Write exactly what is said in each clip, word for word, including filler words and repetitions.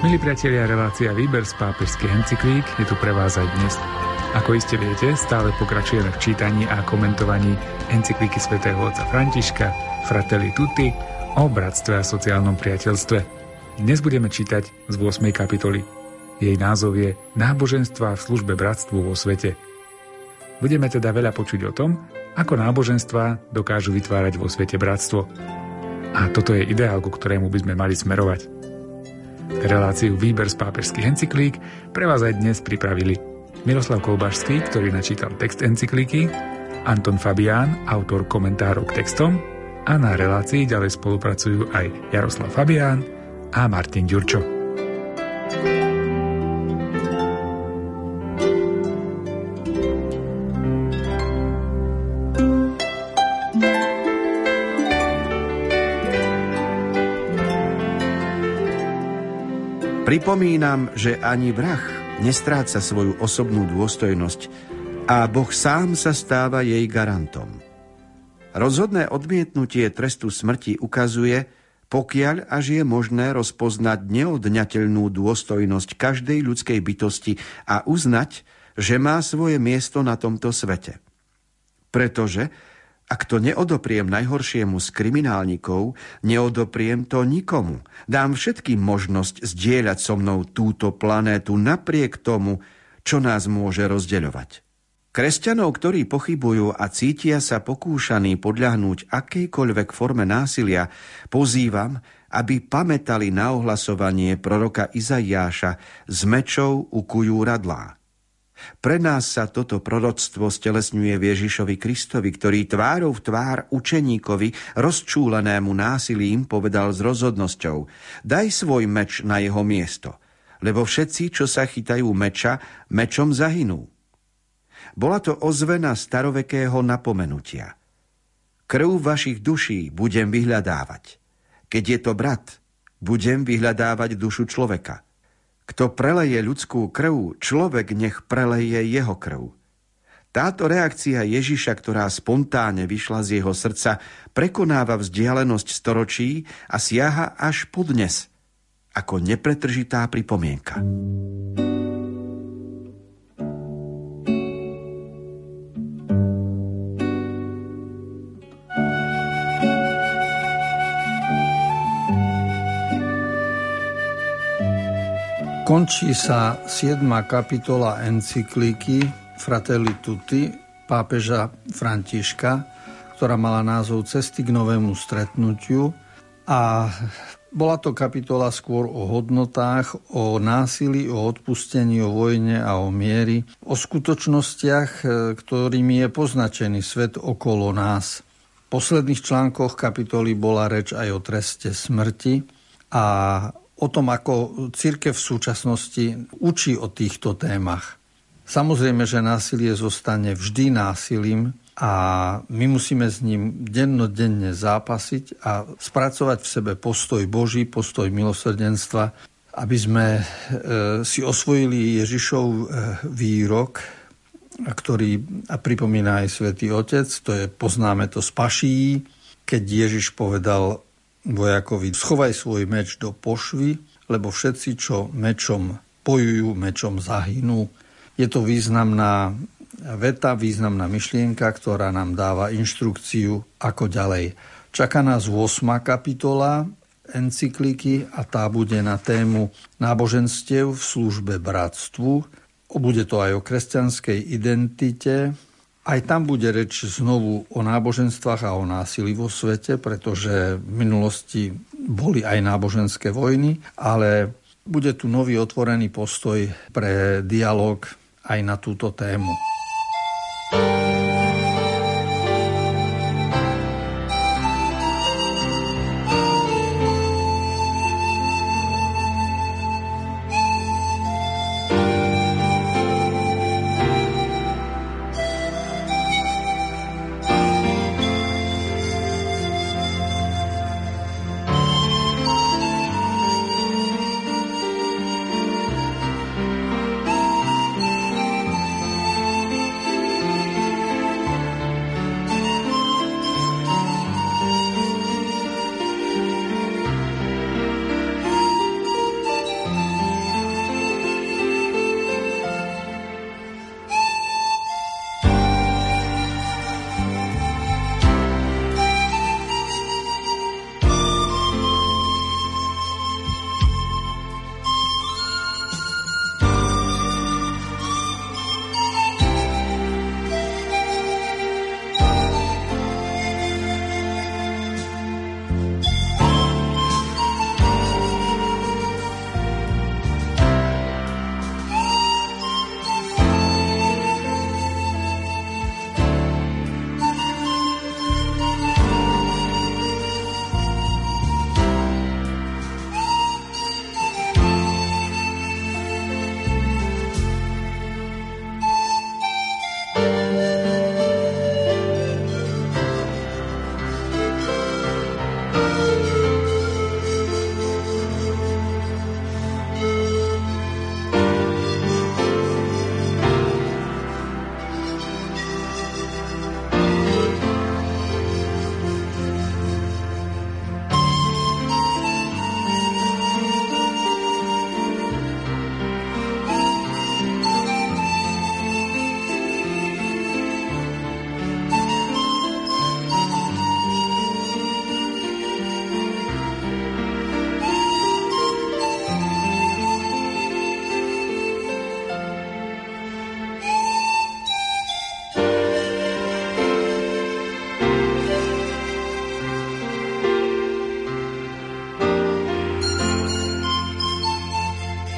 Milí priatelia, relácia Výber z pápežských encyklík je tu pre vás aj dnes. Ako iste viete, stále pokračujeme v čítaní a komentovaní encyklíky svätého otca Františka Fratelli Tutti o bratstve a sociálnom priateľstve. Dnes budeme čítať z ôsmej kapitoly. Jej názov je Náboženstva v službe bratstvu vo svete. Budeme teda veľa počuť o tom, ako náboženstva dokážu vytvárať vo svete bratstvo. A toto je ideál, ku ktorému by sme mali smerovať. Reláciu Výber z pápežských encyklík pre vás aj dnes pripravili Miroslav Kolbašský, ktorý načítal text encyklíky, Anton Fabián, autor komentárov k textom, a na relácii ďalej spolupracujú aj Jaroslav Fabián a Martin Ďurčo. Pripomínam, že ani vrah nestráca svoju osobnú dôstojnosť a Boh sám sa stáva jej garantom. Rozhodné odmietnutie trestu smrti ukazuje, pokiaľ až je možné rozpoznať neodňateľnú dôstojnosť každej ľudskej bytosti a uznať, že má svoje miesto na tomto svete. Pretože ak to neodopriem najhoršiemu z kriminálnikov, neodopriem to nikomu. Dám všetkým možnosť zdieľať so mnou túto planétu napriek tomu, čo nás môže rozdeľovať. Kresťanov, ktorí pochybujú a cítia sa pokúšaní podľahnúť akejkoľvek forme násilia, pozývam, aby pamätali na ohlasovanie proroka Izaiáša z mečov ukujú radlá. Pre nás sa toto proroctvo stelesňuje v Ježišovi Kristovi, ktorý tvárou v tvár učeníkovi rozčúlenému násilím povedal s rozhodnosťou: daj svoj meč na jeho miesto, lebo všetci, čo sa chytajú meča, mečom zahynú. Bola to ozvena starovekého napomenutia. Krv vašich duší budem vyhľadávať. Keď je to brat, budem vyhľadávať dušu človeka. Kto preleje ľudskú krv, človek nech preleje jeho krv. Táto reakcia Ježiša, ktorá spontánne vyšla z jeho srdca, prekonáva vzdialenosť storočí a siaha až po dnes, ako nepretržitá pripomienka. Končí sa siedma kapitola encyklíky Fratelli Tutti pápeža Františka, ktorá mala názov Cesty k novému stretnutiu, a bola to kapitola skôr o hodnotách, o násilí, o odpustení, o vojne a o miery, o skutočnostiach, ktorými je poznačený svet okolo nás. V posledných článkoch kapitoly bola reč aj o treste smrti a o tom, ako cirkev v súčasnosti učí o týchto témach. Samozrejme, že násilie zostane vždy násilím a my musíme s ním dennodenne zápasiť a spracovať v sebe postoj Boží, postoj milosrdenstva, aby sme e, si osvojili Ježišov e, výrok, ktorý a pripomína aj Svätý Otec, to je, poznáme to z Pašií, keď Ježiš povedal vojakovi: schovaj svoj meč do pošvy, lebo všetci, čo mečom bojujú, mečom zahynú. Je to významná veta, významná myšlienka, ktorá nám dáva inštrukciu, ako ďalej. Čaká nás ôsma kapitola encyklíky a tá bude na tému náboženstiev v službe bratstvu. Bude to aj o kresťanskej identite. Aj tam bude reč znovu o náboženstvách a o násilí vo svete, pretože v minulosti boli aj náboženské vojny, ale bude tu nový otvorený postoj pre dialog aj na túto tému.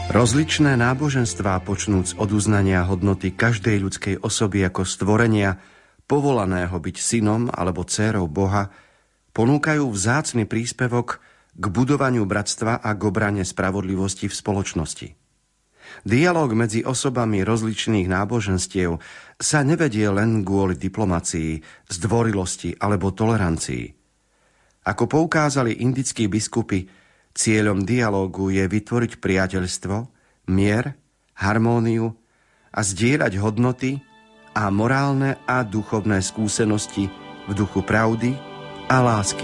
Rozličné náboženstvá, počnúc od uznania hodnoty každej ľudskej osoby ako stvorenia, povolaného byť synom alebo dcérou Boha, ponúkajú vzácny príspevok k budovaniu bratstva a k obrane spravodlivosti v spoločnosti. Dialóg medzi osobami rozličných náboženstiev sa nevedie len kvôli diplomácii, zdvorilosti alebo tolerancii. Ako poukázali indickí biskupy, cieľom dialógu je vytvoriť priateľstvo, mier, harmóniu a zdieľať hodnoty a morálne a duchovné skúsenosti v duchu pravdy a lásky.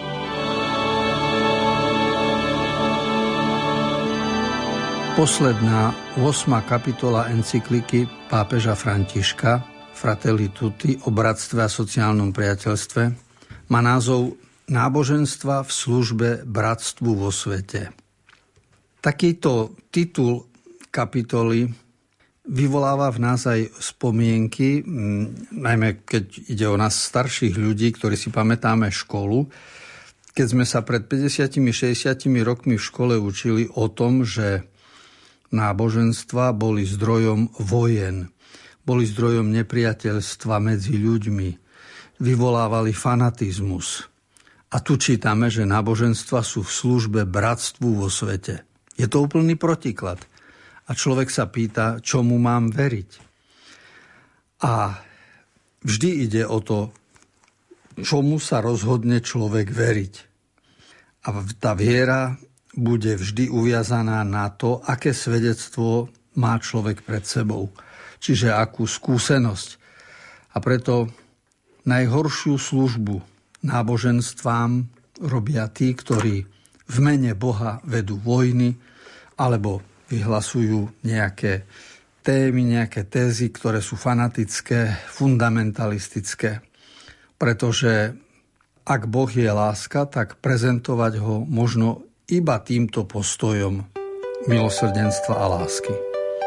Posledná ôsma kapitola encykliky pápeža Františka Fratelli Tutti o bratstve a sociálnom priateľstve má názov Náboženstva v službe bratstvu vo svete. Takýto titul kapitoly vyvoláva v nás aj spomienky, najmä keď ide o nás starších ľudí, ktorí si pamätáme školu, keď sme sa pred päťdesiatimi šesťdesiatimi rokmi v škole učili o tom, že náboženstva boli zdrojom vojen, boli zdrojom nepriateľstva medzi ľuďmi, vyvolávali fanatizmus. A tu čítame, že náboženstva sú v službe bratstvu vo svete. Je to úplný protiklad. A človek sa pýta, čomu mám veriť. A vždy ide o to, čomu sa rozhodne človek veriť. A tá viera bude vždy uviazaná na to, aké svedectvo má človek pred sebou. Čiže akú skúsenosť. A preto najhoršiu službu náboženstvám robia tí, ktorí v mene Boha vedú vojny alebo vyhlasujú nejaké témy, nejaké tézy, ktoré sú fanatické, fundamentalistické. Pretože ak Boh je láska, tak prezentovať ho možno iba týmto postojom milosrdenstva a lásky.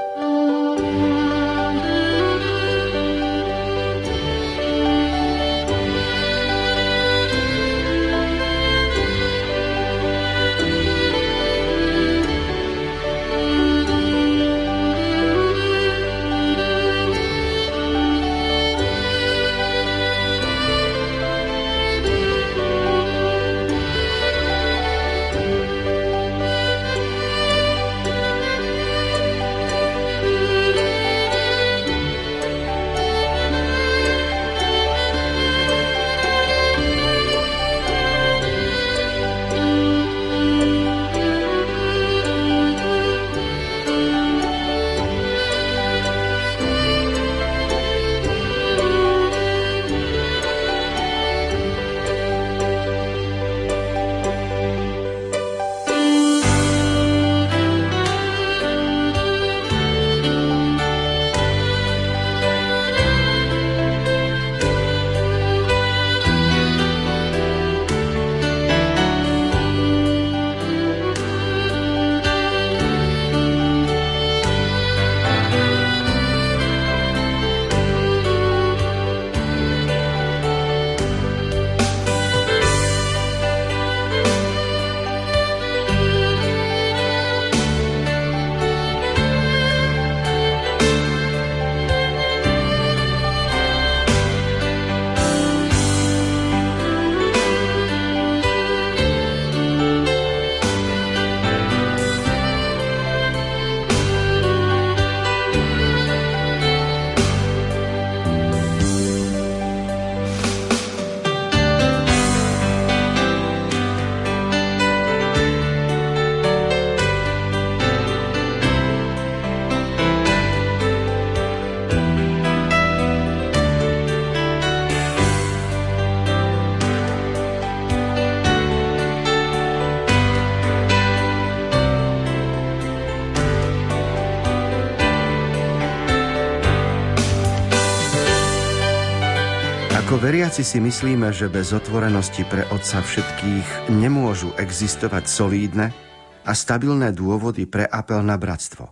Ako veriaci si myslíme, že bez otvorenosti pre Otca všetkých nemôžu existovať solídne a stabilné dôvody pre apel na bratstvo.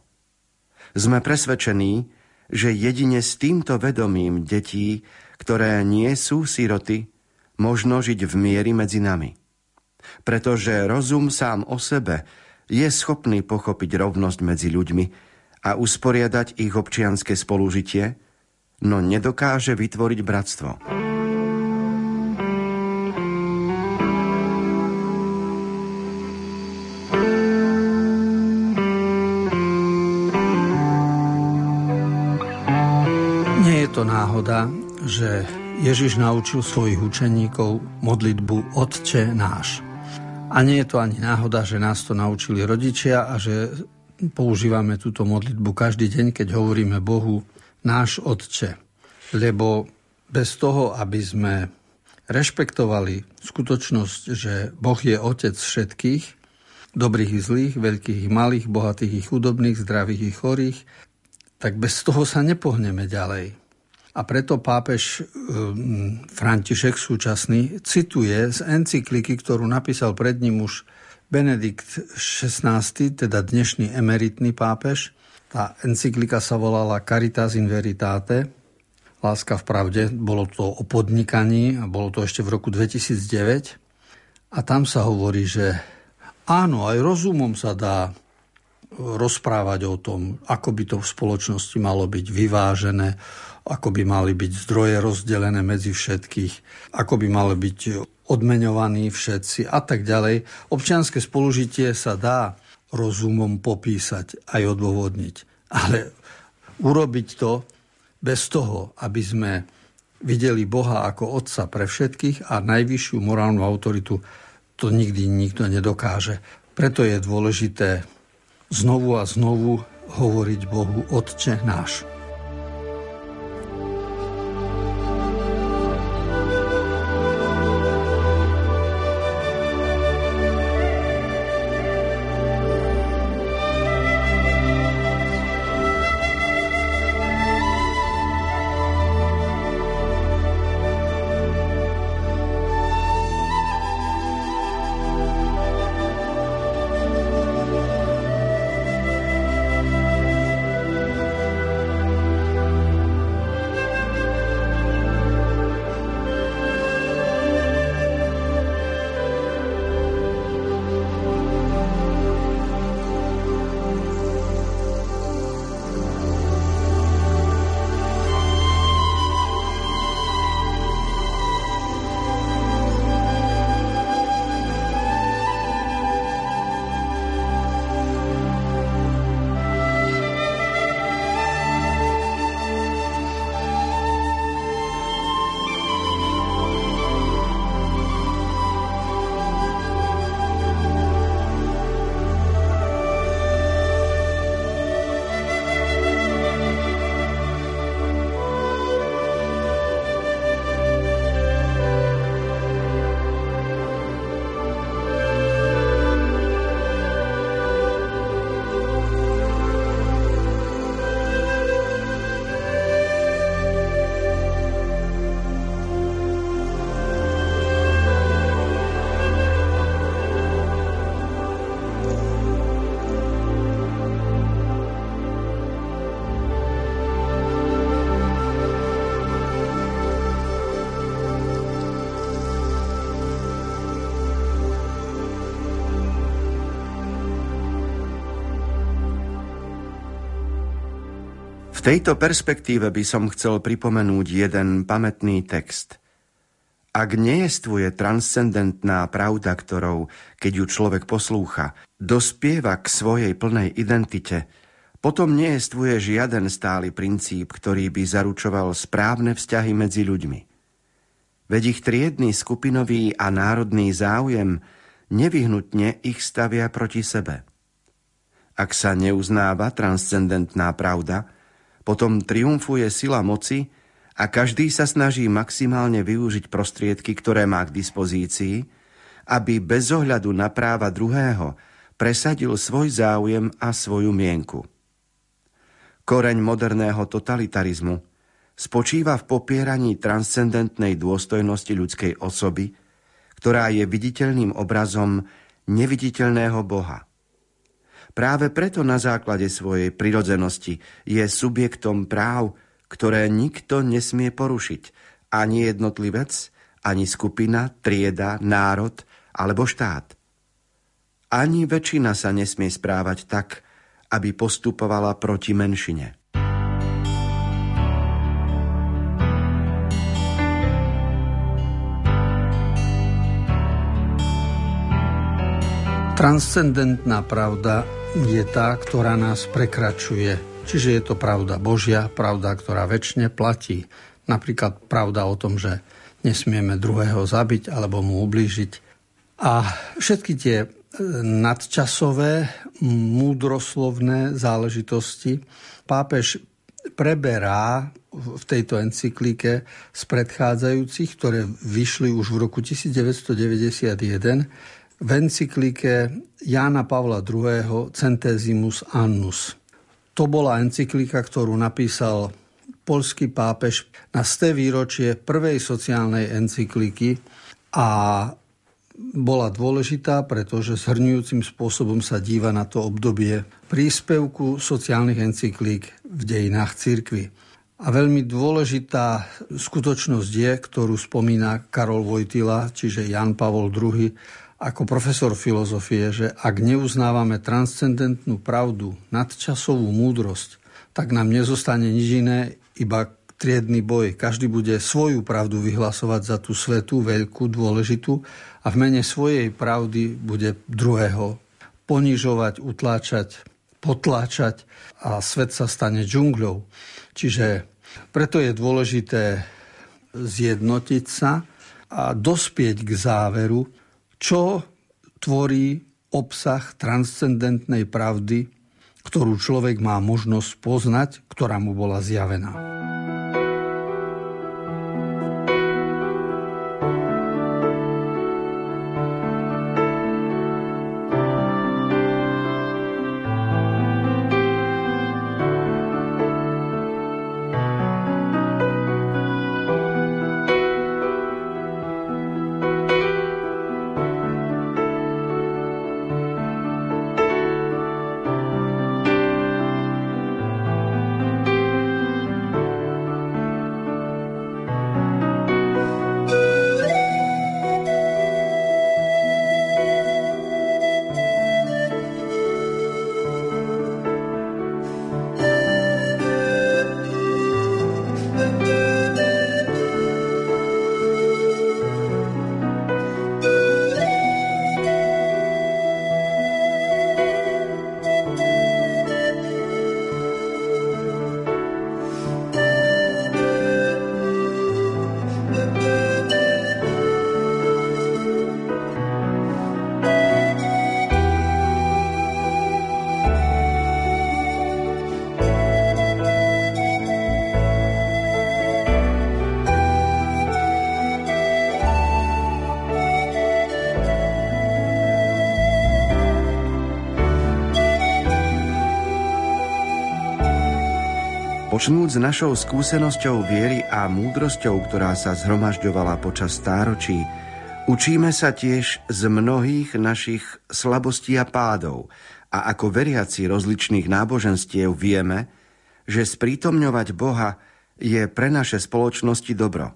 Sme presvedčení, že jedine s týmto vedomím detí, ktoré nie sú siroty, možno žiť v mieri medzi nami. Pretože rozum sám o sebe je schopný pochopiť rovnosť medzi ľuďmi a usporiadať ich občianske spolužitie, no nedokáže vytvoriť bratstvo. Nie je to náhoda, že Ježiš naučil svojich učeníkov modlitbu Otče náš. A nie je to ani náhoda, že nás to naučili rodičia a že používame túto modlitbu každý deň, keď hovoríme Bohu náš Otče. Lebo bez toho, aby sme rešpektovali skutočnosť, že Boh je Otec všetkých, dobrých i zlých, veľkých i malých, bohatých i chudobných, zdravých i chorých, tak bez toho sa nepohneme ďalej. A preto pápež František súčasný cituje z encykliky, ktorú napísal pred ním už Benedikt šestnásty, teda dnešný emeritný pápež. Tá encyklika sa volala Caritas in Veritate, Láska v pravde. Bolo to o podnikaní a bolo to ešte v roku dvetisícdeväť. A tam sa hovorí, že áno, aj rozumom sa dá rozprávať o tom, ako by to v spoločnosti malo byť vyvážené, ako by mali byť zdroje rozdelené medzi všetkých, ako by mali byť odmeňovaní všetci a tak ďalej. Občianske spolužitie sa dá rozumom popísať aj odôvodniť, ale urobiť to bez toho, aby sme videli Boha ako Otca pre všetkých a najvyššiu morálnu autoritu, to nikdy nikto nedokáže. Preto je dôležité znovu a znovu hovoriť Bohu Otče náš. V tejto perspektíve by som chcel pripomenúť jeden pamätný text. Ak nejestvuje transcendentná pravda, ktorou, keď ju človek poslúcha, dospieva k svojej plnej identite, potom nejestvuje žiaden stály princíp, ktorý by zaručoval správne vzťahy medzi ľuďmi. Veď ich triedny, skupinový a národný záujem nevyhnutne ich stavia proti sebe. Ak sa neuznáva transcendentná pravda, potom triumfuje sila moci a každý sa snaží maximálne využiť prostriedky, ktoré má k dispozícii, aby bez ohľadu na práva druhého presadil svoj záujem a svoju mienku. Koreň moderného totalitarizmu spočíva v popieraní transcendentnej dôstojnosti ľudskej osoby, ktorá je viditeľným obrazom neviditeľného Boha. Práve preto na základe svojej prirodzenosti je subjektom práv, ktoré nikto nesmie porušiť, ani jednotlivec, ani skupina, trieda, národ alebo štát. ani väčšina sa nesmie správať tak, aby postupovala proti menšine. Transcendentná pravda je tá, ktorá nás prekračuje. Čiže je to pravda Božia, pravda, ktorá večne platí. Napríklad pravda o tom, že nesmieme druhého zabiť alebo mu ublížiť. A všetky tie nadčasové, múdroslovné záležitosti pápež preberá v tejto encyklike z predchádzajúcich, ktoré vyšli už v roku devätnásťstodeväťdesiatjeden v encyklike Jána Pavla druhého. Centesimus Annus. To bola encyklika, ktorú napísal poľský pápež na sté výročie prvej sociálnej encykliky a bola dôležitá, pretože zhrňujúcim spôsobom sa díva na to obdobie príspevku sociálnych encyklík v dejinách cirkvi. A veľmi dôležitá skutočnosť je, ktorú spomína Karol Wojtyla, čiže Jan Pavol druhý, ako profesor filozofie, že ak neuznávame transcendentnú pravdu, nadčasovú múdrosť, tak nám nezostane nič iné, iba triedny boj. Každý bude svoju pravdu vyhlasovať za tú svätú, veľkú, dôležitú a v mene svojej pravdy bude druhého ponižovať, utláčať, potláčať a svet sa stane džungľou. Čiže preto je dôležité zjednotiť sa a dospieť k záveru, čo tvorí obsah transcendentnej pravdy, ktorú človek má možnosť poznať, ktorá mu bola zjavená. Počnúc s našou skúsenosťou viery a múdrosťou, ktorá sa zhromažďovala počas stáročí, učíme sa tiež z mnohých našich slabostí a pádov a ako veriaci rozličných náboženstiev vieme, že sprítomňovať Boha je pre naše spoločnosti dobro.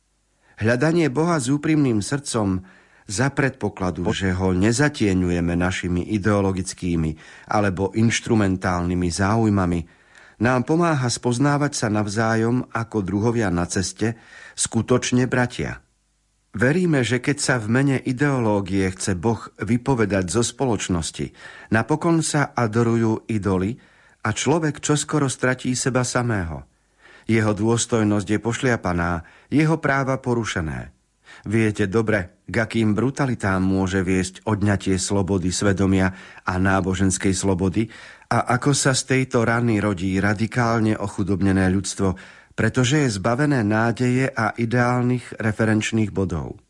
Hľadanie Boha s úprimným srdcom za predpokladu, že ho nezatieňujeme našimi ideologickými alebo inštrumentálnymi záujmami, nám pomáha spoznávať sa navzájom ako druhovia na ceste, skutočne bratia. Veríme, že keď sa v mene ideológie chce Boh vypovedať zo spoločnosti, napokon sa adorujú idoly a človek čoskoro stratí seba samého. Jeho dôstojnosť je pošliapaná, jeho práva porušené. Viete dobre, k akým brutalitám môže viesť odňatie slobody svedomia a náboženskej slobody, a ako sa z tejto rany rodí radikálne ochudobnené ľudstvo, pretože je zbavené nádeje a ideálnych referenčných bodov.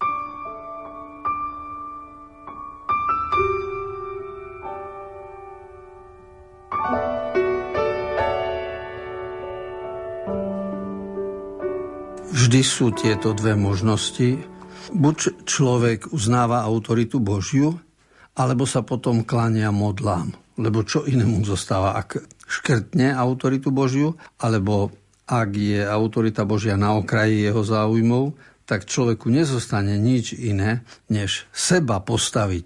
Vždy sú tieto dve možnosti. Buď človek uznáva autoritu Božiu, alebo sa potom kláňa modlám. Lebo čo inému zostáva, ak škrtne autoritu Božiu, alebo ak je autorita Božia na okraji jeho záujmov, tak človeku nezostane nič iné, než seba postaviť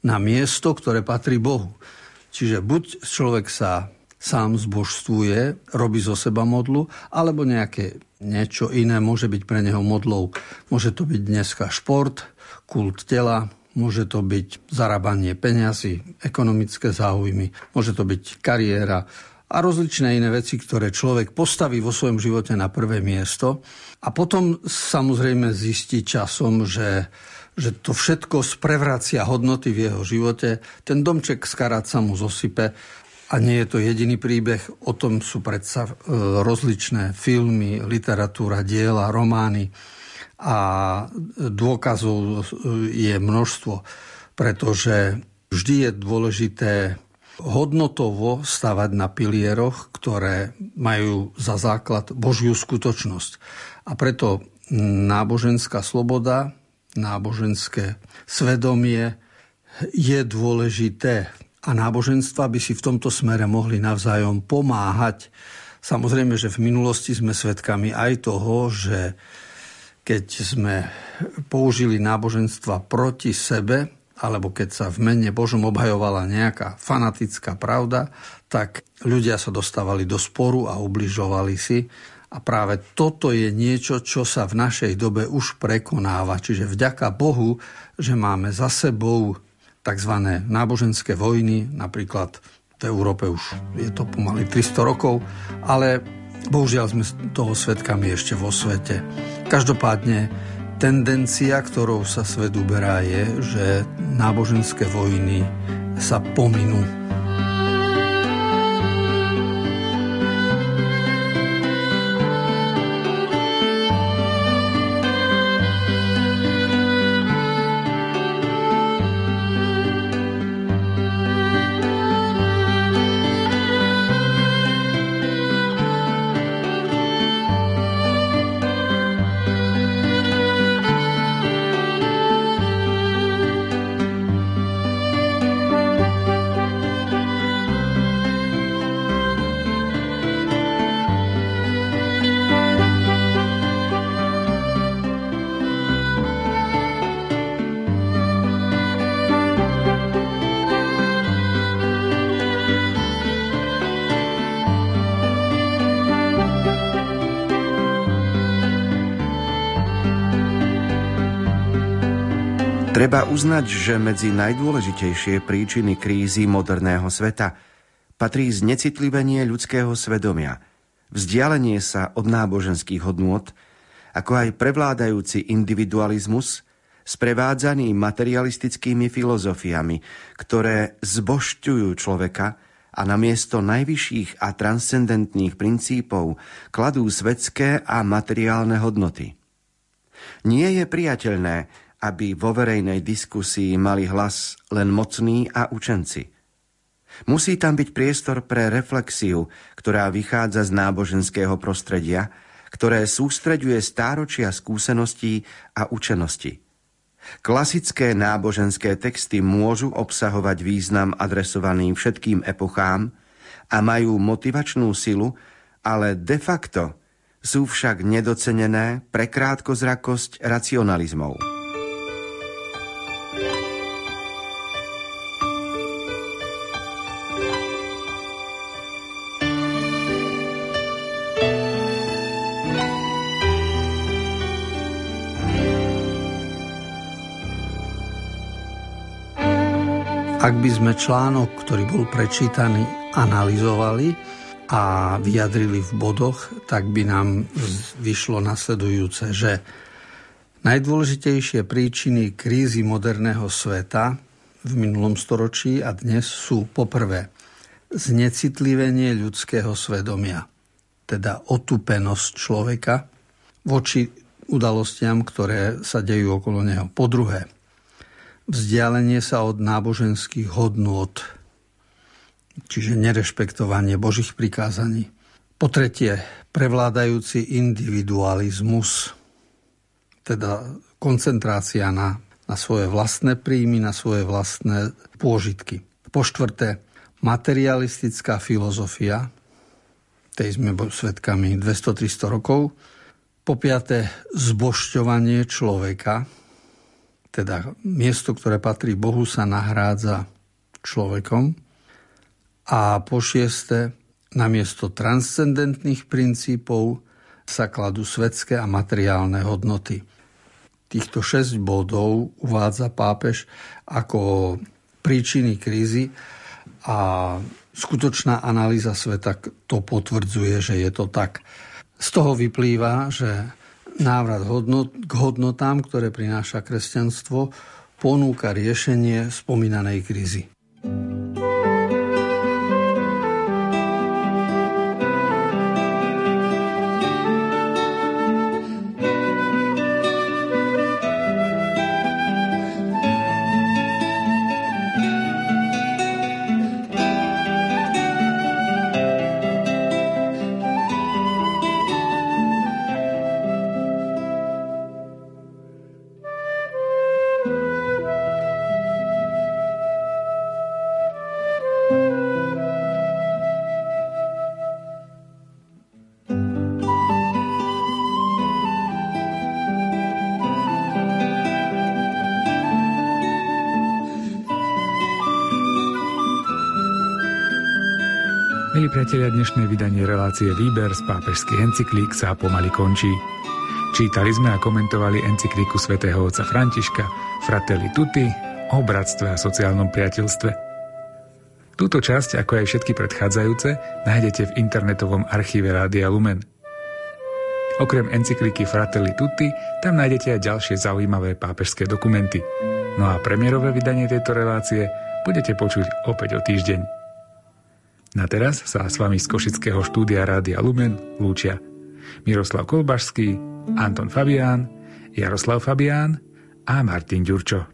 na miesto, ktoré patrí Bohu. Čiže buď človek sa sám zbožstvuje, robí zo seba modlu, alebo nejaké niečo iné môže byť pre neho modlou. Môže to byť dneska šport, kult tela, môže to byť zarábanie peňazí, ekonomické záujmy, môže to byť kariéra a rozličné iné veci, ktoré človek postaví vo svojom živote na prvé miesto. A potom samozrejme zistí časom, že, že to všetko sprevracia hodnoty v jeho živote. Ten domček z karát sa mu zosype. A nie je to jediný príbeh, o tom sú predsa rozličné filmy, literatúra, diela, romány a dôkazov je množstvo, pretože vždy je dôležité hodnotovo stavať na pilieroch, ktoré majú za základ Božiu skutočnosť. A preto náboženská sloboda, náboženské svedomie je dôležité. A náboženstva by si v tomto smere mohli navzájom pomáhať. Samozrejme, že v minulosti sme svedkami aj toho, že keď sme použili náboženstva proti sebe, alebo keď sa v mene Božom obhajovala nejaká fanatická pravda, tak ľudia sa dostávali do sporu a ubližovali si. A práve toto je niečo, čo sa v našej dobe už prekonáva. Čiže vďaka Bohu, že máme za sebou takzvané náboženské vojny, napríklad v Európe už je to pomaly tristo rokov, ale bohužiaľ sme toho svedkami ešte vo svete. Každopádne tendencia, ktorou sa svet uberá, je, že náboženské vojny sa pominú. Treba uznať, že medzi najdôležitejšie príčiny krízy moderného sveta patrí znecitlivenie ľudského svedomia, vzdialenie sa od náboženských hodnôt, ako aj prevládajúci individualizmus, sprevádzaný materialistickými filozofiami, ktoré zbožťujú človeka a namiesto najvyšších a transcendentných princípov kladú svetské a materiálne hodnoty. Nie je priateľné, aby vo verejnej diskusii mali hlas len mocní a učenci. Musí tam byť priestor pre reflexiu, ktorá vychádza z náboženského prostredia, ktoré sústreďuje stáročia skúseností a učenosti. Klasické náboženské texty môžu obsahovať význam adresovaný všetkým epochám a majú motivačnú silu, ale de facto sú však nedocenené pre krátkozrakosť racionalizmov. Ak by sme článok, ktorý bol prečítaný, analyzovali a vyjadrili v bodoch, tak by nám vyšlo nasledujúce, že najdôležitejšie príčiny krízy moderného sveta v minulom storočí a dnes sú poprvé znecitlivenie ľudského svedomia, teda otúpenosť človeka voči udalostiam, ktoré sa dejú okolo neho. Po druhé, vzdialenie sa od náboženských hodnôt, čiže nerešpektovanie Božích prikázaní. Po tretie, prevládajúci individualizmus, teda koncentrácia na, na svoje vlastné príjmy, na svoje vlastné pôžitky. Po štvrté, materialistická filozofia, tej sme boli svedkami dvesto tristo rokov. Po piaté, zbožťovanie človeka, teda miesto, ktoré patrí Bohu, sa nahrádza človekom. A po šieste, namiesto transcendentných princípov sa kladú svetské a materiálne hodnoty. Týchto šesť bodov uvádza pápež ako príčiny krízy a skutočná analýza sveta to potvrdzuje, že je to tak. Z toho vyplýva, že návrat hodnot, k hodnotám, ktoré prináša kresťanstvo, ponúka riešenie spomínanej krízy. Milí priatelia, dnešné vydanie relácie Výber z pápežských encyklík sa pomaly končí. Čítali sme a komentovali encykliku svätého otca Františka Fratelli Tutti o bratstve a sociálnom priateľstve. Túto časť, ako aj všetky predchádzajúce, nájdete v internetovom archíve Rádia Lumen. Okrem encykliky Fratelli Tutti tam nájdete aj ďalšie zaujímavé pápežské dokumenty. No a premiérové vydanie tejto relácie budete počuť opäť o týždeň. Na teraz sa s vami z košického štúdia Rádia Lumen lúčia Miroslav Kolbašský, Anton Fabián, Jaroslav Fabián a Martin Ďurčo.